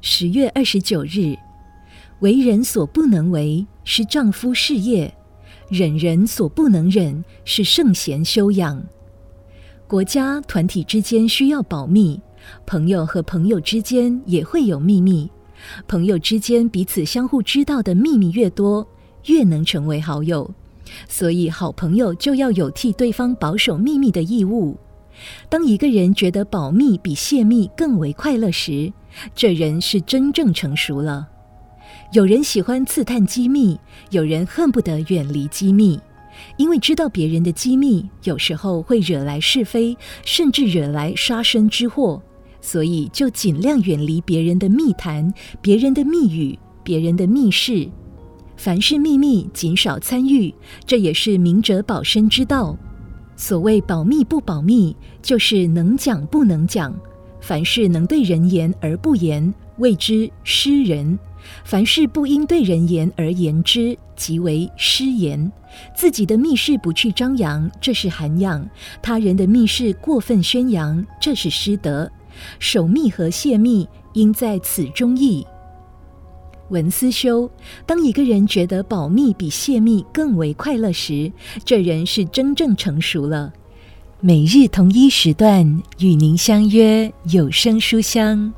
10月29日，为人所不能为，是丈夫事业；忍人所不能忍，是圣贤修养。国家团体之间需要保密，朋友和朋友之间也会有秘密。朋友之间彼此相互知道的秘密越多，越能成为好友。所以好朋友就要有替对方保守秘密的义务。当一个人觉得保密比泄密更为快乐时，这人是真正成熟了。有人喜欢刺探机密，有人恨不得远离机密，因为知道别人的机密有时候会惹来是非，甚至惹来杀身之祸，所以就尽量远离别人的密谈、别人的密语、别人的密事。凡是秘密，谨少参与，这也是明哲保身之道。所谓保密不保密，就是能讲不能讲。凡事能对人言而不言，谓之失人；凡事不应对人言而言之，即为失言。自己的密事不去张扬，这是涵养；他人的密事过分宣扬，这是失德。守密和泄密，应在此中意。文思修，当一个人觉得保密比泄密更为快乐时，这人是真正成熟了。每日同一时段与您相约有声书香。